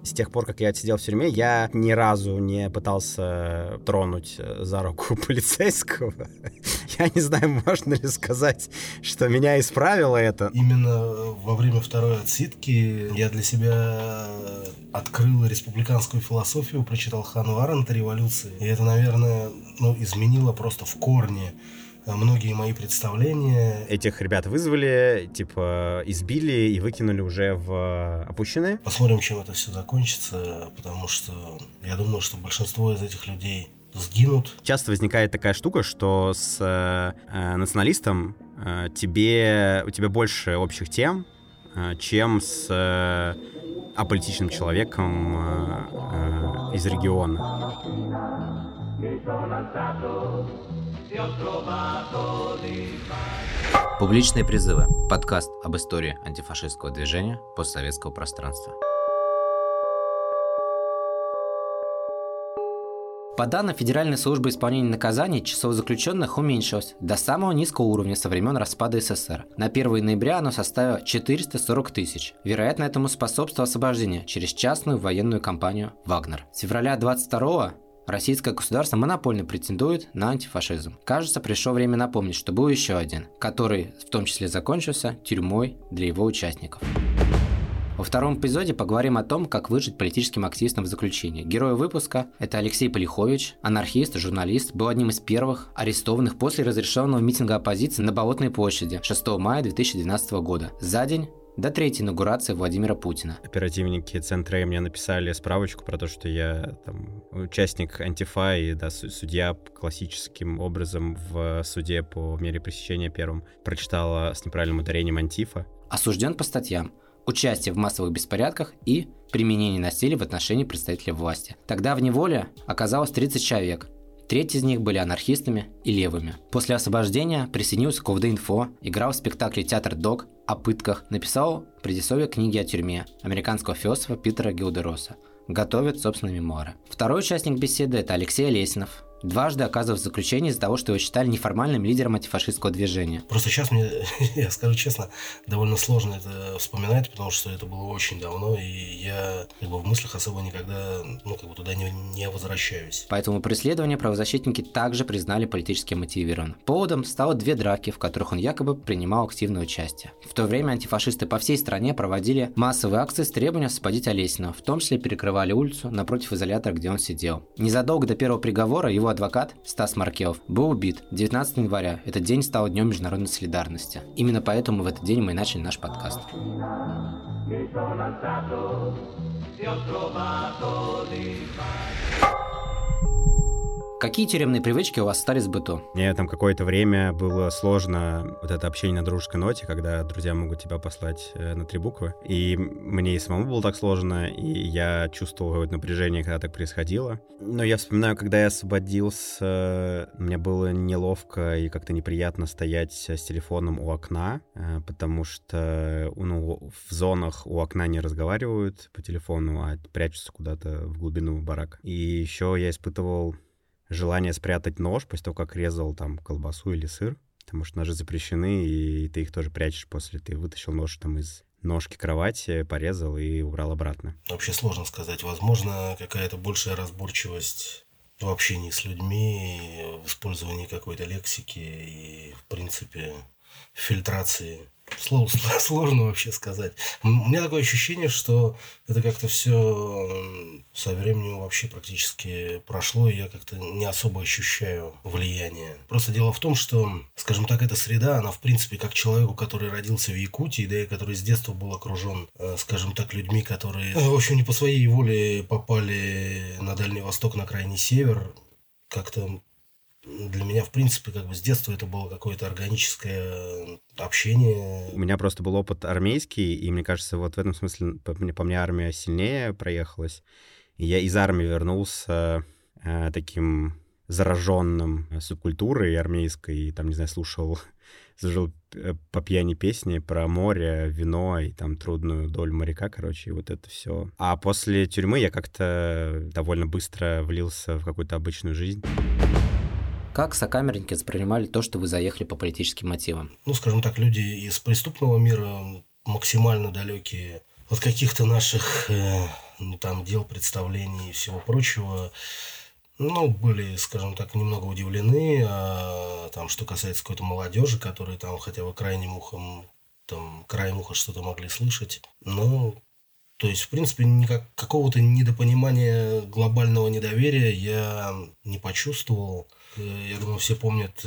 С тех пор, как я отсидел в тюрьме, я ни разу не пытался тронуть за руку полицейского. Я не знаю, можно ли сказать, что меня исправило это. Именно во время второй отсидки я для себя открыл республиканскую философию, прочитал Ханну Арендт «Революции». И это, наверное, изменило просто в корне многие мои представления. Этих ребят вызвали, избили и выкинули уже в опущенные. Посмотрим, чем это все закончится, потому что я думаю, что большинство из этих людей сгинут. Часто возникает такая штука, что с националистом у тебя больше общих тем, чем с аполитичным человеком из региона. Публичные призывы. Подкаст об истории антифашистского движения постсоветского пространства. По данным Федеральной службы исполнения наказаний, число заключенных уменьшилось до самого низкого уровня со времен распада СССР. На 1 ноября оно составило 440 тысяч. Вероятно, этому способствовало освобождение через частную военную компанию «Вагнер». С февраля 22-го российское государство монопольно претендует на антифашизм. Кажется, пришло время напомнить, что был еще один, который в том числе закончился тюрьмой для его участников. Во втором эпизоде поговорим о том, как выжить политическим активистам в заключении. Герой выпуска – это Алексей Полихович, анархист, журналист, был одним из первых арестованных после разрешенного митинга оппозиции на Болотной площади 6 мая 2012 года, за день до третьей инаугурации Владимира Путина. Оперативники Центра мне написали справочку про то, что я участник антифа и судья классическим образом в суде по мере пресечения первым прочитала с неправильным ударением антифа. Осужден по статьям: участие в массовых беспорядках и применение насилия в отношении представителей власти. Тогда в неволе оказалось 30 человек. Треть из них были анархистами и левыми. После освобождения присоединился к ОВД-инфо, играл в спектакле «Театр Дог» о пытках, написал предисловие книги о тюрьме американского философа Питера Гилдероса. Готовит собственные мемуары. Второй участник беседы – это Алексей Олесинов. Дважды оказывался в заключении из-за того, что его считали неформальным лидером антифашистского движения. Просто сейчас мне, я скажу честно, довольно сложно это вспоминать, потому что это было очень давно, и я в мыслях особо никогда туда не возвращаюсь. Поэтому преследование правозащитники также признали политически мотивированным. Поводом стало 2 драки, в которых он якобы принимал активное участие. В то время антифашисты по всей стране проводили массовые акции с требованием освободить Олесинова, в том числе перекрывали улицу напротив изолятора, где он сидел. Незадолго до первого приговора его адвокат Стас Маркелов был убит 19 января. Этот день стал днем международной солидарности. Именно поэтому в этот день мы и начали наш подкаст. Какие тюремные привычки у вас остались в быту? Мне там какое-то время было сложно это общение на дружеской ноте, когда друзья могут тебя послать на 3 буквы. И мне и самому было так сложно, и я чувствовал какое-то напряжение, когда так происходило. Но я вспоминаю, когда я освободился, мне было неловко и как-то неприятно стоять с телефоном у окна, потому что в зонах у окна не разговаривают по телефону, а прячутся куда-то в глубину барака. И еще я испытывал желание спрятать нож после того, как резал там колбасу или сыр, потому что ножи запрещены, и ты их тоже прячешь после. Ты вытащил нож там из ножки кровати, порезал и убрал обратно. Вообще сложно сказать. Возможно, какая-то большая разборчивость в общении с людьми, в использовании какой-то лексики и, в принципе, фильтрации. Сложно вообще сказать. У меня такое ощущение, что это как-то все со временем вообще практически прошло, и я как-то не особо ощущаю влияние. Просто дело в том, что, скажем так, эта среда, она в принципе как человеку, который родился в Якутии, да, и который с детства был окружен, скажем так, людьми, которые, в общем, не по своей воле попали на Дальний Восток, на Крайний Север, как-то для меня, в принципе, с детства это было какое-то органическое общение. У меня просто был опыт армейский, и мне кажется, вот в этом смысле по мне армия сильнее проехалась. И я из армии вернулся таким зараженным субкультурой армейской, и там, не знаю, слушал по пьяни песни про море, вино и там трудную долю моряка, и вот это все. А после тюрьмы я как-то довольно быстро влился в какую-то обычную жизнь. Как сокамерники воспринимали то, что вы заехали по политическим мотивам? Скажем так, люди из преступного мира максимально далекие от каких-то наших там дел, представлений и всего прочего. Ну, были, скажем так, немного удивлены, там, что касается какой-то молодежи, которые там хотя бы краем уха что-то могли слышать. Ну, то есть, в принципе, какого-то недопонимания, глобального недоверия я не почувствовал. Я думаю, все помнят,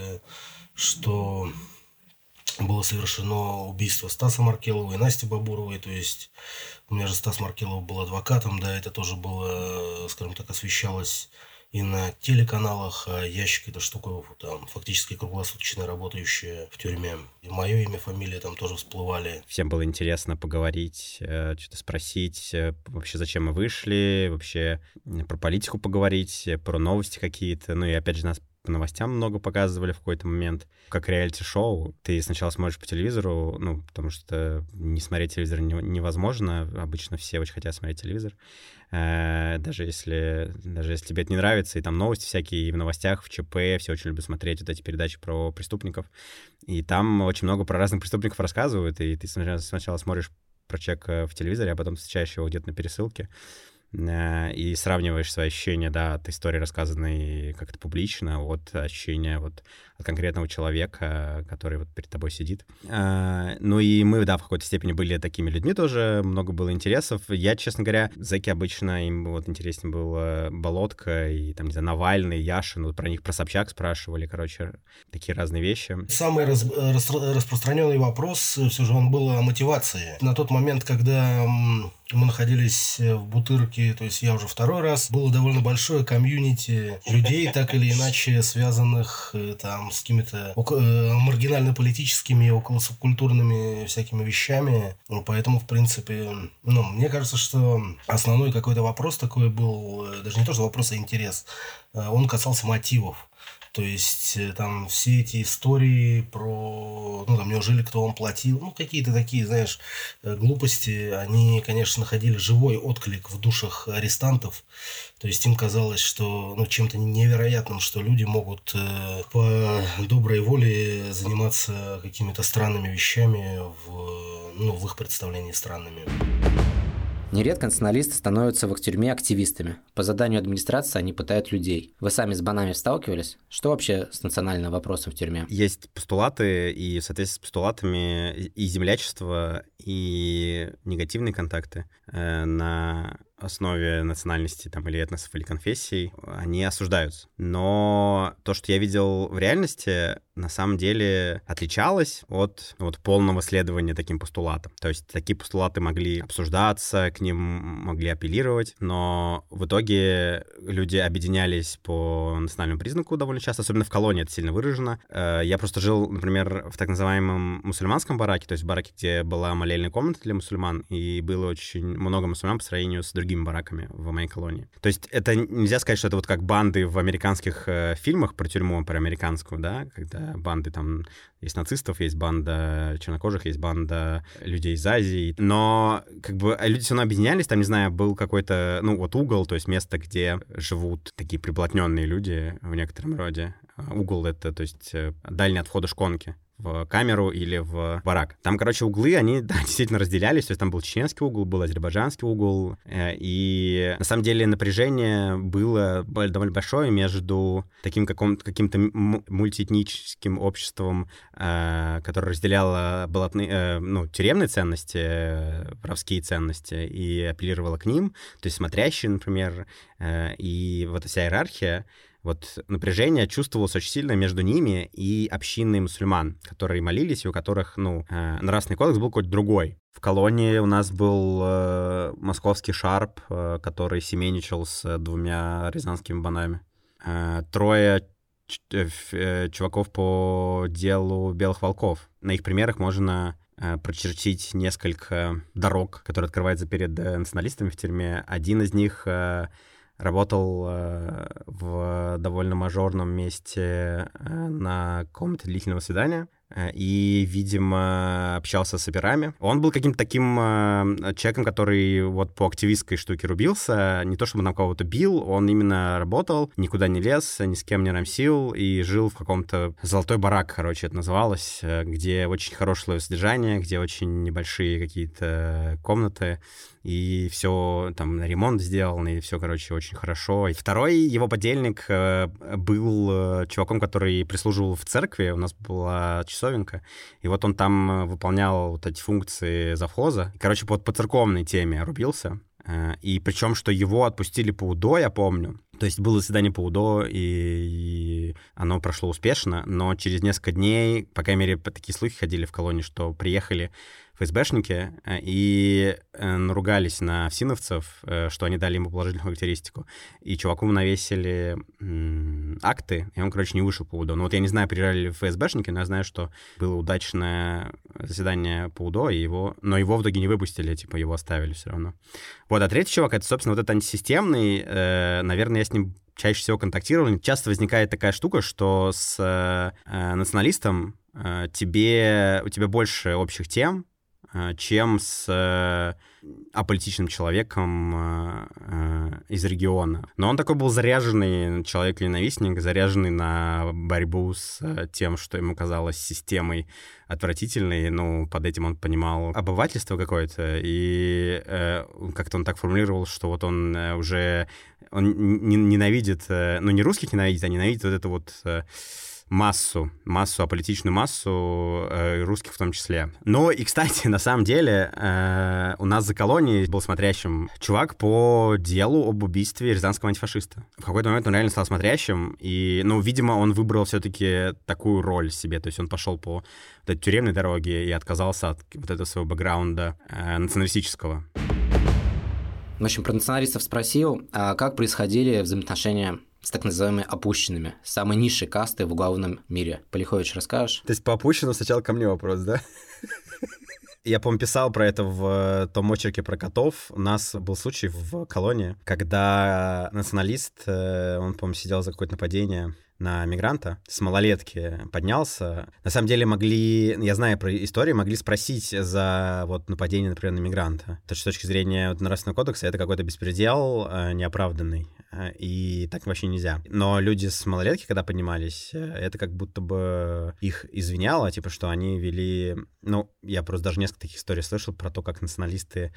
что было совершено убийство Стаса Маркелова и Насти Бабуровой. То есть, у меня же Стас Маркелов был адвокатом, да, это тоже было, скажем так, освещалось и на телеканалах, а Ящик — это штука там фактически круглосуточно работающая в тюрьме. И мое имя, фамилия там тоже всплывали. Всем было интересно поговорить, что-то спросить, вообще зачем мы вышли, вообще про политику поговорить, про новости какие-то. Ну и опять же нас по новостям много показывали в какой-то момент. Как реалити-шоу, ты сначала смотришь по телевизору, ну, потому что не смотреть телевизор невозможно. Обычно все очень хотят смотреть телевизор. Даже если тебе это не нравится, и там новости всякие, и в новостях, в ЧП, все очень любят смотреть вот эти передачи про преступников. И там очень много про разных преступников рассказывают, и ты сначала смотришь про человека в телевизоре, а потом встречаешь его где-то на пересылке, и сравниваешь свои ощущения, да, от истории, рассказанной как-то публично, от ощущения вот от конкретного человека, который вот перед тобой сидит. Ну и мы, да, в какой-то степени были такими людьми тоже, много было интересов. Я, честно говоря, зэки обычно, им вот интереснее было Болотко и там, не знаю, Навальный, Яшин, вот про них, про Собчак спрашивали, короче, такие разные вещи. Самый распространенный вопрос, все же он был о мотивации. На тот момент, когда мы находились в Бутырке, то есть я уже второй раз, было довольно большое комьюнити людей, так или иначе связанных там с какими-то маргинально-политическими, околосубкультурными всякими вещами. Поэтому, в принципе, мне кажется, что основной какой-то вопрос такой был, даже не то, что вопрос, а интерес, он касался мотивов. То есть там все эти истории про, неужели кто вам платил, какие-то такие, знаешь, глупости, они, конечно, находили живой отклик в душах арестантов. То есть им казалось, что чем-то невероятным, что люди могут по доброй воле заниматься какими-то странными вещами в их представлении странными. Нередко националисты становятся в их тюрьме активистами. По заданию администрации они пытают людей. Вы сами с банами сталкивались? Что вообще с национальным вопросом в тюрьме? Есть постулаты, и в соответствии с постулатами и землячество, и негативные контакты на основе национальности там, или этносов, или конфессий, они осуждаются. Но то, что я видел в реальности, на самом деле отличалось от полного следования таким постулатам. То есть такие постулаты могли обсуждаться, к ним могли апеллировать, но в итоге люди объединялись по национальному признаку довольно часто, особенно в колонии это сильно выражено. Я просто жил, например, в так называемом мусульманском бараке, то есть бараке, где была молельная комната для мусульман, и было очень много мусульман по сравнению с другими бараками в моей колонии. То есть это нельзя сказать, что это вот как банды в американских фильмах про тюрьму, про американскую, да, когда банды там есть нацистов, есть банда чернокожих, есть банда людей из Азии, но как бы люди все равно объединялись, там, не знаю, был какой-то, угол, то есть место, где живут такие приблотненные люди в некотором роде. Угол — это, то есть, дальний от входа шконки в камеру или в барак. Там, углы, они действительно разделялись, то есть там был чеченский угол, был азербайджанский угол, и на самом деле напряжение было довольно большое между таким каким-то мультиэтническим обществом, которое разделяло тюремные ценности, воровские ценности, и апеллировало к ним, то есть смотрящие, например, и вот вся иерархия. Вот напряжение чувствовалось очень сильно между ними и общиной мусульман, которые молились, и у которых, нравственный кодекс был какой-то другой. В колонии у нас был московский шарп, который семейничал с 2 рязанскими банами. 3 чуваков по делу белых волков. На их примерах можно прочертить несколько дорог, которые открываются перед националистами в тюрьме. Один из них работал в довольно мажорном месте на каком-то длительного свидания. и, видимо, общался с операми. Он был каким-то таким человеком, который вот по активистской штуке рубился, не то чтобы на кого-то бил, он именно работал, никуда не лез, ни с кем не рамсил и жил в каком-то золотой барак, короче, это называлось, где очень хорошее условие содержания, где очень небольшие какие-то комнаты, и все там ремонт сделан, и все, короче, очень хорошо. И второй его подельник был чуваком, который прислуживал в церкви, у нас была часовенка, и вот он там выполнял вот эти функции завхоза. Короче, по церковной теме рубился. И причем, что его отпустили по УДО, я помню. То есть было заседание по УДО, и оно прошло успешно, но через несколько дней, по крайней мере, такие слухи ходили в колонии, что приехали ФСБшники и наругались на всиновцев, что они дали ему положительную характеристику. И чуваку навесили акты, и он, короче, не вышел по УДО. Ну вот я не знаю, приезжали ли ФСБшники, но я знаю, что было удачное заседание по УДО, но его в итоге не выпустили, типа его оставили все равно. Вот, а третий чувак, это, собственно, вот этот антисистемный, наверное, я с ним чаще всего контактировал. Часто возникает такая штука, что с националистом у тебя больше общих тем, чем с аполитичным человеком из региона. Но он такой был заряженный человек-ненавистник, заряженный на борьбу с тем, что ему казалось системой отвратительной. Ну, под этим он понимал обывательство какое-то, и как-то он так формулировал, что вот он ненавидит, ну, не русских ненавидит, а ненавидит вот эту вот массу, аполитичную массу, русских в том числе. Ну и, кстати, на самом деле, у нас за колонией был смотрящим чувак по делу об убийстве рязанского антифашиста. В какой-то момент он реально стал смотрящим, и, ну, видимо, он выбрал все-таки такую роль себе, то есть он пошел по вот этой тюремной дороге и отказался от вот этого своего бэкграунда националистического. В общем, про националистов спросил, а как происходили взаимоотношения с так называемыми опущенными, самой низшей кастой в уголовном мире. Полихович, расскажешь? То есть по опущенным сначала ко мне вопрос, да? Я, по-моему, писал про это в том очерке про котов. У нас был случай в колонии, когда националист, он, по-моему, сидел за какое-то нападение на мигранта, с малолетки поднялся. На самом деле я знаю про истории, могли спросить за вот нападение, например, на мигранта. То есть с точки зрения вот, Нравственного кодекса это какой-то беспредел неоправданный, и так вообще нельзя. Но люди с малолетки, когда поднимались, это как будто бы их извиняло, типа, что они вели... Ну, я просто даже несколько таких историй слышал про то, как националисты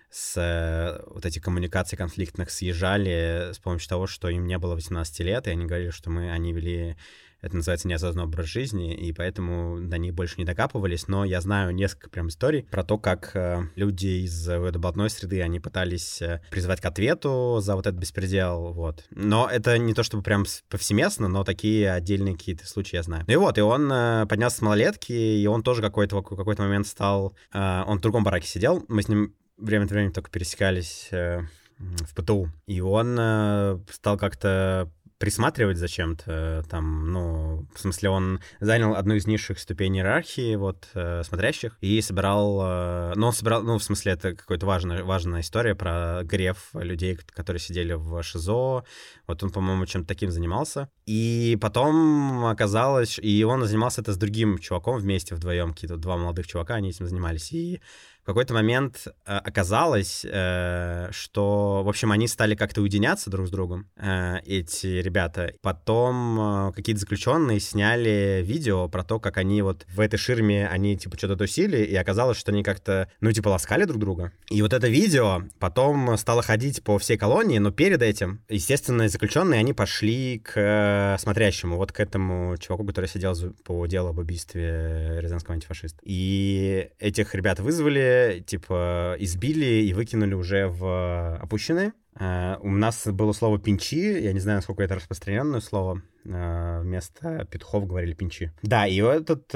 с вот этих коммуникаций конфликтных съезжали с помощью того, что им не было 18 лет, и они говорили, что они вели, это называется, неосознанный образ жизни, и поэтому до них больше не докапывались. Но я знаю несколько прям историй про то, как люди из блатной среды, они пытались призвать к ответу за вот этот беспредел, вот. Но это не то чтобы прям повсеместно, но такие отдельные какие-то случаи я знаю. Ну и вот, и он поднялся с малолетки, и он тоже в какой-то момент стал... Он в другом бараке сидел, мы с ним время от времени только пересекались в ПТУ. И он стал как-то присматривать зачем-то там, ну, в смысле, он занял одну из низших ступеней иерархии, вот, смотрящих, и собирал, ну, в смысле, это какая-то важная история про греф людей, которые сидели в ШИЗО, вот он, по-моему, чем-то таким занимался, и потом оказалось, и он занимался это с другим чуваком вместе вдвоем, какие-то два молодых чувака, они этим занимались, и в какой-то момент оказалось, что, в общем, они стали как-то уединяться друг с другом, эти ребята. Потом какие-то заключенные сняли видео про то, как они вот в этой ширме, они, типа, что-то тусили, и оказалось, что они как-то, ну, типа, ласкали друг друга. И вот это видео потом стало ходить по всей колонии, но перед этим, естественно, заключенные, они пошли к смотрящему, вот к этому чуваку, который сидел по делу об убийстве рязанского антифашиста. И этих ребят вызвали, типа, избили и выкинули уже в опущенные. У нас было слово «пинчи», я не знаю, насколько это распространенное слово, вместо петухов говорили «пинчи». Да, и этот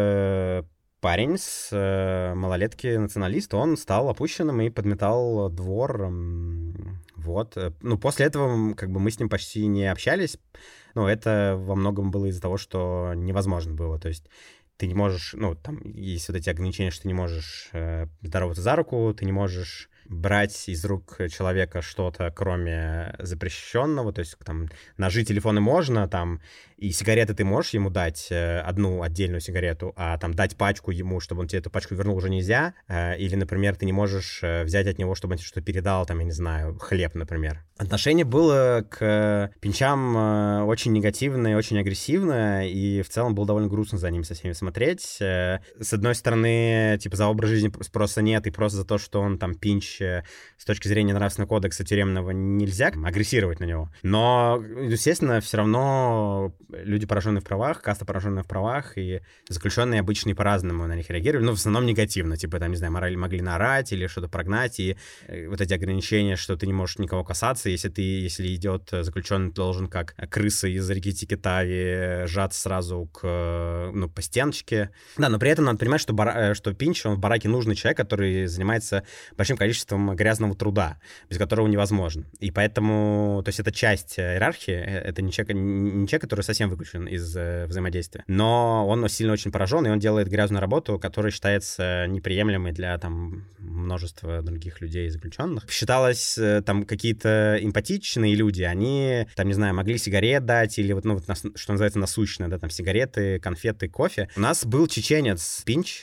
парень с малолетки националист, он стал опущенным и подметал двор. Вот. Ну, после этого как бы мы с ним почти не общались, но это во многом было из-за того, что невозможно было, то есть ты не можешь, ну, там есть вот эти ограничения, что ты не можешь здороваться за руку, ты не можешь брать из рук человека что-то, кроме запрещенного, то есть там ножи, телефоны можно, там и сигареты ты можешь ему дать, одну отдельную сигарету, а там дать пачку ему, чтобы он тебе эту пачку вернул, уже нельзя. Или, например, ты не можешь взять от него, чтобы он тебе что-то передал, там, я не знаю, хлеб, например. Отношение было к пинчам очень негативное, очень агрессивное, и в целом было довольно грустно за ними со всеми смотреть. С одной стороны, типа, за образ жизни спроса нет, и просто за то, что он там пинч с точки зрения нравственного кодекса тюремного нельзя агрессировать на него. Но, естественно, все равно люди, пораженные в правах, каста, пораженная в правах, и заключенные обычно по-разному на них реагировали, но в основном негативно, типа, там, не знаю, могли наорать или что-то прогнать, и вот эти ограничения, что ты не можешь никого касаться, если идет заключенный, ты должен как крыса из реки Тикитави сжаться сразу по стеночке. Да, но при этом надо понимать, что пинч, он в бараке нужный человек, который занимается большим количеством грязного труда, без которого невозможно. И поэтому, то есть это часть иерархии, это не человек, который совсем выключен из взаимодействия. Но он сильно очень поражен, и он делает грязную работу, которая считается неприемлемой для там множества других людей заключенных. Считалось, там какие-то эмпатичные люди, они, там, не знаю, могли сигарет дать, или что называется насущное, да, там сигареты, конфеты, кофе. У нас был чеченец Пинч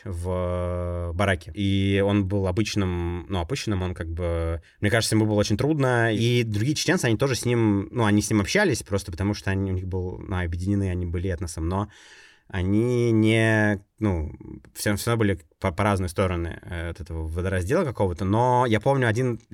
в бараке, и он был опущенным, он как бы, мне кажется, ему было очень трудно, и другие чеченцы, они тоже с ним, они с ним общались, просто потому что у них был, объединены они были этносом, но они не, все равно были по разные стороны от этого водораздела какого-то, но я помню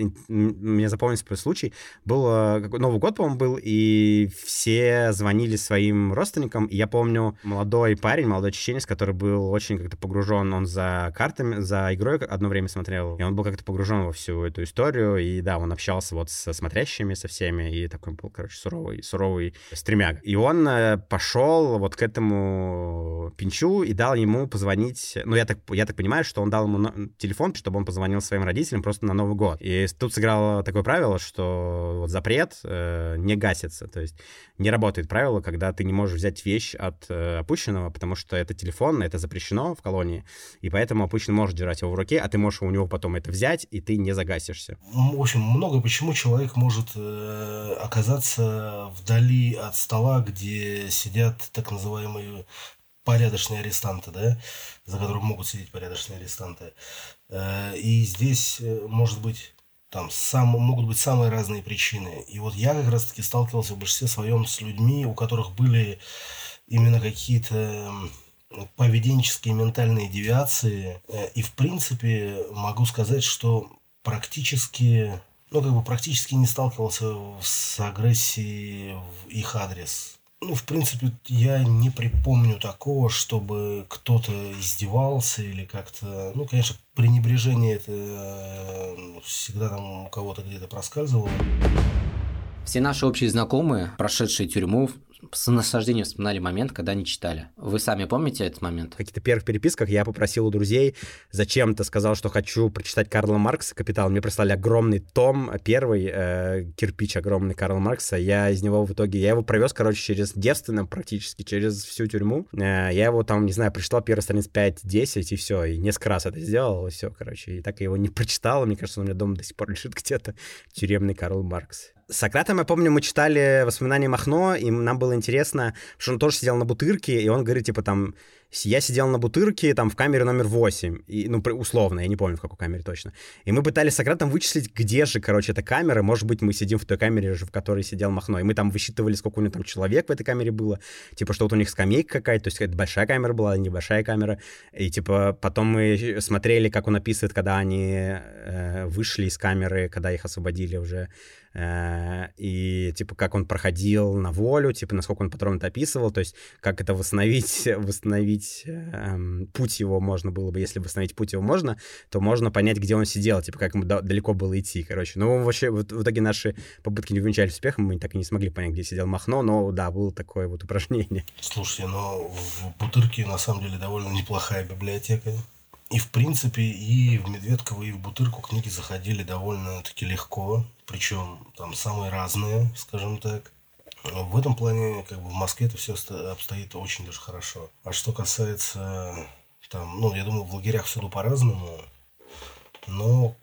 мне запомнился случай, был Новый год, по-моему, был, и все звонили своим родственникам, и я помню молодой чеченец, который был очень как-то погружен, он за картами, за игрой одно время смотрел, и он был как-то погружен во всю эту историю, и да, он общался вот со смотрящими, со всеми, и такой был, суровый стремяга. И он пошел вот к этому Пинчу и дал ему позвонить, я так понимаю, что он дал ему телефон, чтобы он позвонил своим родителям просто на Новый год. И тут сыграло такое правило, что вот запрет не гасится, то есть не работает правило, когда ты не можешь взять вещь от опущенного, потому что это телефон, это запрещено в колонии, и поэтому опущенный может держать его в руке, а ты можешь у него потом это взять, и ты не загасишься. В общем, почему человек может оказаться вдали от стола, где сидят так называемые порядочные арестанты, да, за которых могут сидеть порядочные арестанты. И здесь могут быть самые разные причины. И вот я как раз-таки сталкивался в большинстве своем с людьми, у которых были именно какие-то поведенческие ментальные девиации. И в принципе могу сказать, что практически не сталкивался с агрессией в их адрес. В принципе, я не припомню такого, чтобы кто-то издевался или как-то... конечно, пренебрежение это всегда там у кого-то где-то проскальзывало. Все наши общие знакомые, прошедшие тюрьму, с наслаждением вспоминали момент, когда они читали. Вы сами помните этот момент? В каких-то первых переписках я попросил у друзей, зачем-то сказал, что хочу прочитать Карла Маркса «Капитал». Мне прислали огромный том, первый кирпич огромный Карла Маркса. Я из него в итоге... Я его провез, через девственно практически, через всю тюрьму. Я его там, не знаю, прочитал первые страниц 5-10, и все. И несколько раз это сделал, и все, И так я его не прочитал. Мне кажется, он у меня дома до сих пор лежит где-то. Тюремный Карл Маркс. С Сократом, я помню, мы читали «Воспоминания Махно», и нам было интересно, что он тоже сидел на Бутырке, и он говорит, я сидел на Бутырке, в камере номер 8, и, условно, я не помню, в какой камере точно. И мы пытались с Сократом вычислить, где же, эта камера, может быть, мы сидим в той камере же, в которой сидел Махно, и мы там высчитывали, сколько у него там человек в этой камере было, что вот у них скамейка какая-то, то есть это большая камера была, небольшая камера, и, потом мы смотрели, как он описывает, когда они вышли из камеры, когда их освободили уже, и, как он проходил на волю, насколько он подробно это описывал, то есть как это восстановить путь его можно было бы, если восстановить путь его можно, то можно понять, где он сидел, как ему далеко было идти, вообще, в итоге наши попытки не увенчались успехом, мы так и не смогли понять, где сидел Махно, но, да, было такое упражнение. Слушайте, в Бутырке, на самом деле, довольно неплохая библиотека. И, в принципе, и в Медведково, и в Бутырку книги заходили довольно-таки легко, причем там самые разные, скажем так. В этом плане, в Москве это все обстоит очень даже хорошо. А что касается, я думаю, в лагерях всюду по-разному, но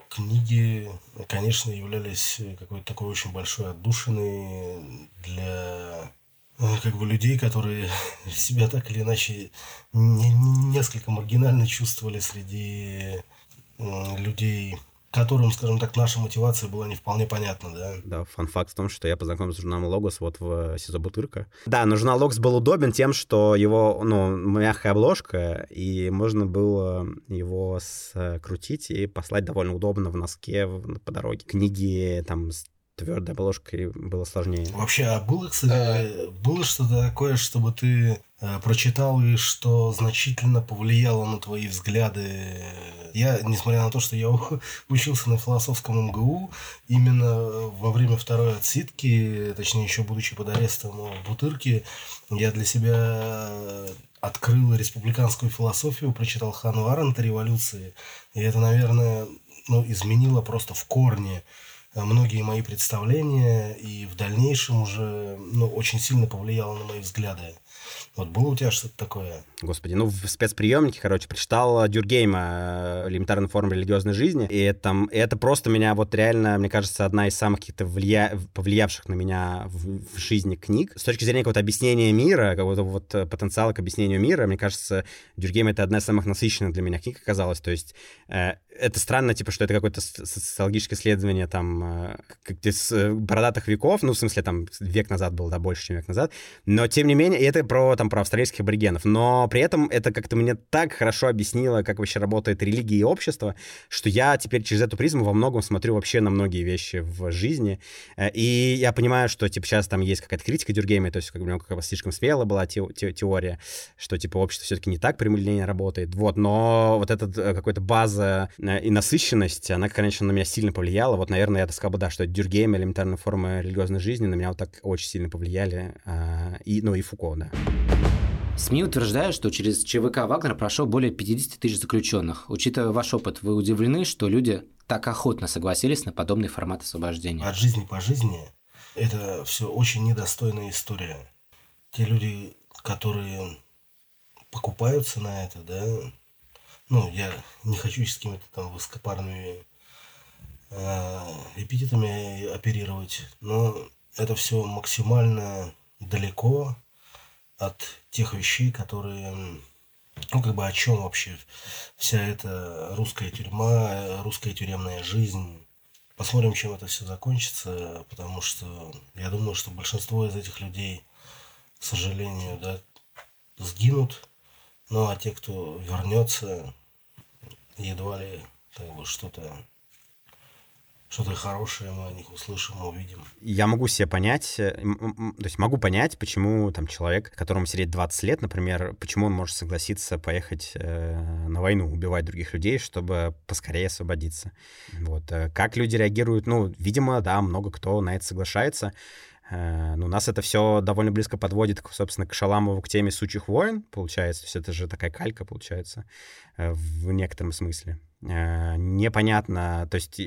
книги, конечно, являлись какой-то такой очень большой отдушиной для людей, которые себя так или иначе несколько маргинально чувствовали среди людей, которым, скажем так, наша мотивация была не вполне понятна, да. Да, фан-факт в том, что я познакомился с журналом «Логос» вот в СИЗО Бутырка. Да, но журнал «Логос» был удобен тем, что его, мягкая обложка, и можно было его скрутить и послать довольно удобно в носке по дороге. Книги там с твердой обложкой было сложнее. Вообще, а было, кстати, было что-то такое, чтобы ты прочитал и что значительно повлияло на твои взгляды? Я, несмотря на то, что я учился на философском МГУ, именно во время второй отсидки, точнее, еще будучи под арестом в Бутырке, я для себя открыл республиканскую философию, прочитал Ханну Аренд «Революции», и это, наверное, изменило просто в корне многие мои представления, и в дальнейшем уже очень сильно повлияло на мои взгляды. Вот было у тебя что-то такое? Господи, в спецприемнике, прочитал Дюркгейма «Элементарная форма религиозной жизни», и это просто меня реально, мне кажется, одна из самых каких-то повлиявших на меня в жизни книг. С точки зрения какого-то объяснения мира, какого-то потенциала к объяснению мира, мне кажется, Дюркгейм — это одна из самых насыщенных для меня книг оказалась. То есть это странно, что это какое-то социологическое исследование с бородатых веков, в смысле, век назад было, да, больше, чем век назад, но, тем не менее, это про австралийских аборигенов, но при этом это как-то мне так хорошо объяснило, как вообще работает религия и общество, что я теперь через эту призму во многом смотрю вообще на многие вещи в жизни, и я понимаю, что, сейчас там есть какая-то критика Дюркгейма, то есть, у него слишком смело была теория, что, общество все-таки не так прямолинейно работает, но вот эта какая-то база и насыщенность, она, конечно, на меня сильно повлияла. Наверное, я сказал бы, да, что Дюркгейм, элементарная форма религиозной жизни на меня так очень сильно повлияли. И Фуко, да. СМИ утверждают, что через ЧВК «Вагнер» прошло более 50 тысяч заключенных. Учитывая ваш опыт, вы удивлены, что люди так охотно согласились на подобный формат освобождения? От жизни по жизни это все очень недостойная история. Те люди, которые покупаются на это, да, я не хочу с какими-то высокопарными эпитетами оперировать, но это все максимально далеко от тех вещей, которые, о чем вообще вся эта русская тюрьма, русская тюремная жизнь. Посмотрим, чем это все закончится, потому что я думаю, что большинство из этих людей, к сожалению, да, сгинут, а те, кто вернется, едва ли что-то хорошее мы о них услышим, увидим. Я могу себе понять, то есть могу понять, почему человек, которому сидеть 20 лет, например, почему он может согласиться поехать на войну, убивать других людей, чтобы поскорее освободиться. Как люди реагируют, видимо, да, много кто на это соглашается. Нас это все довольно близко подводит, собственно, к Шаламову, к теме «Сучьих войн», получается. То есть это же такая калька, получается, в некотором смысле. Непонятно, то есть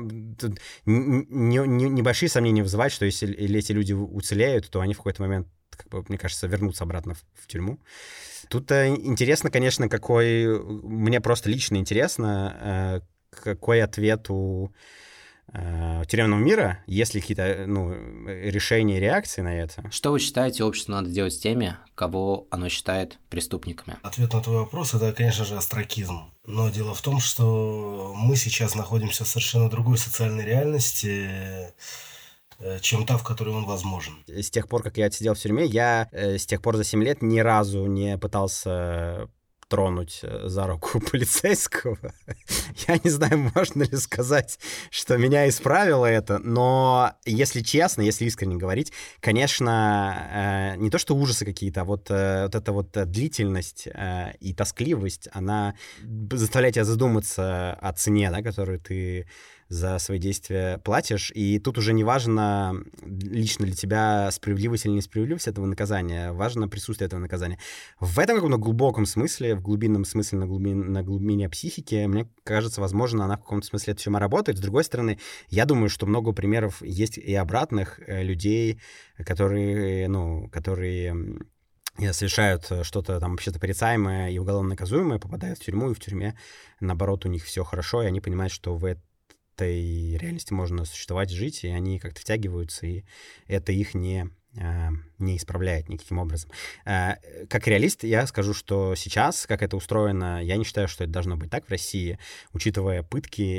небольшие сомнения вызывают, что если эти люди уцелеют, то они в какой-то момент, мне кажется, вернутся обратно в тюрьму. Тут интересно, конечно, мне просто лично интересно, какой ответ у тюремного мира, есть ли какие-то решения и реакции на это? Что вы считаете, обществу надо делать с теми, кого оно считает преступниками? Ответ на твой вопрос – это, конечно же, остракизм. Но дело в том, что мы сейчас находимся в совершенно другой социальной реальности, чем та, в которой он возможен. С тех пор, как я отсидел в тюрьме, я с тех пор за 7 лет ни разу не пытался тронуть за руку полицейского. Я не знаю, можно ли сказать, что меня исправило это, но если честно, если искренне говорить, конечно, не то что ужасы какие-то, а вот эта длительность и тоскливость, она заставляет тебя задуматься о цене, да, которую ты за свои действия платишь, и тут уже не важно лично для тебя справедливость или несправедливость этого наказания, важно присутствие этого наказания. В этом каком-то глубоком смысле, в глубинном смысле, на глубине психики, мне кажется, возможно, она в каком-то смысле эта тюрьма работает. С другой стороны, я думаю, что много примеров есть и обратных людей, которые совершают что-то вообще-то порицаемое и уголовно наказуемое, попадают в тюрьму, и в тюрьме, наоборот, у них все хорошо, и они понимают, что этой реальности можно существовать, жить, и они как-то втягиваются, и это их не исправляет никаким образом. Как реалист я скажу, что сейчас, как это устроено, я не считаю, что это должно быть так в России, учитывая пытки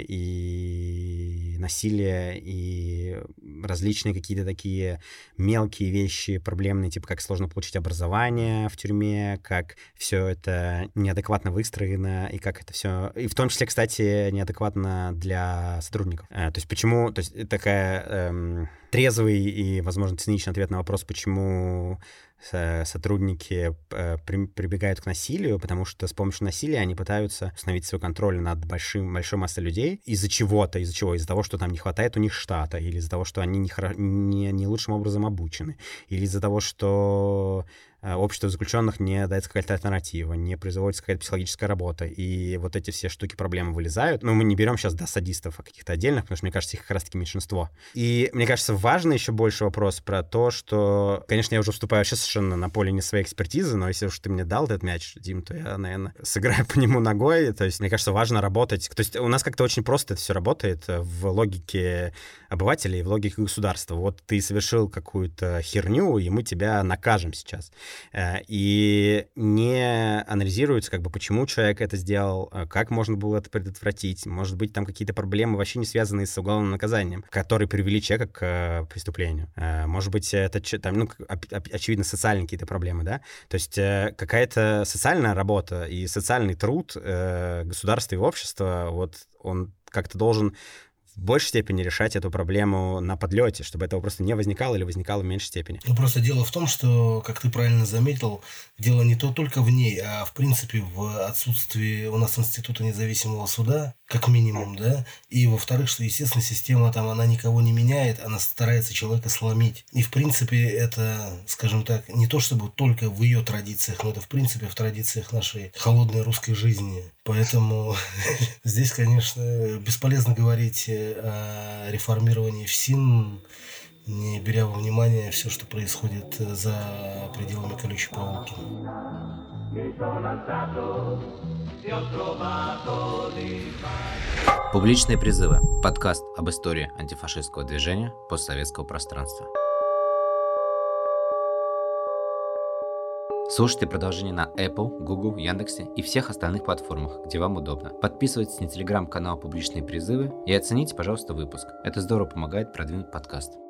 и насилие, и различные какие-то такие мелкие вещи, проблемные, типа как сложно получить образование в тюрьме, как все это неадекватно выстроено, и как это все... И в том числе, кстати, неадекватно для сотрудников. То есть почему... То есть такая... трезвый и, возможно, циничный ответ на вопрос, почему сотрудники прибегают к насилию, потому что с помощью насилия они пытаются установить свой контроль над большой массой людей из-за чего-то, из-за чего? Из-за того, что там не хватает у них штата, или из-за того, что они не лучшим образом обучены, или из-за того, что обществу заключенных не дается какая-то альтернатива, не производится какая-то психологическая работа, и вот эти все штуки, проблемы вылезают. Мы не берем сейчас, садистов каких-то отдельных, потому что, мне кажется, их как раз-таки меньшинство. И, мне кажется, важный еще больше вопрос про то, что, конечно, я уже вступаю сейчас совершенно на поле не своей экспертизы, но если уж ты мне дал этот мяч, Дим, то я, наверное, сыграю по нему ногой. То есть, мне кажется, важно работать. То есть, у нас как-то очень просто это все работает в логике обывателей, в логике государства. Вот ты совершил какую-то херню, и мы тебя накажем сейчас. И не анализируется, почему человек это сделал, как можно было это предотвратить. Может быть, там какие-то проблемы, вообще не связанные с уголовным наказанием, которые привели человека к преступлению. Может быть, это там, очевидно, социальные какие-то проблемы, да? То есть какая-то социальная работа и социальный труд государства и общества, вот он как-то должен в большей степени решать эту проблему на подлете, чтобы этого просто не возникало или возникало в меньшей степени. Просто дело в том, что, как ты правильно заметил, дело не только в ней, а в принципе в отсутствии у нас института независимого суда, как минимум, да, и во-вторых, что, естественно, система там, она никого не меняет, она старается человека сломить. И в принципе это, скажем так, не то чтобы только в ее традициях, но это в принципе в традициях нашей холодной русской жизни. Поэтому здесь, конечно, бесполезно говорить о реформировании ФСИН, не беря во внимание все, что происходит за пределами колючей проволоки. Публичные призывы. Подкаст об истории антифашистского движения постсоветского пространства. Слушайте продолжение на Apple, Google, Яндексе и всех остальных платформах, где вам удобно. Подписывайтесь на телеграм-канал «Публичные призывы» и оцените, пожалуйста, выпуск. Это здорово помогает продвинуть подкаст.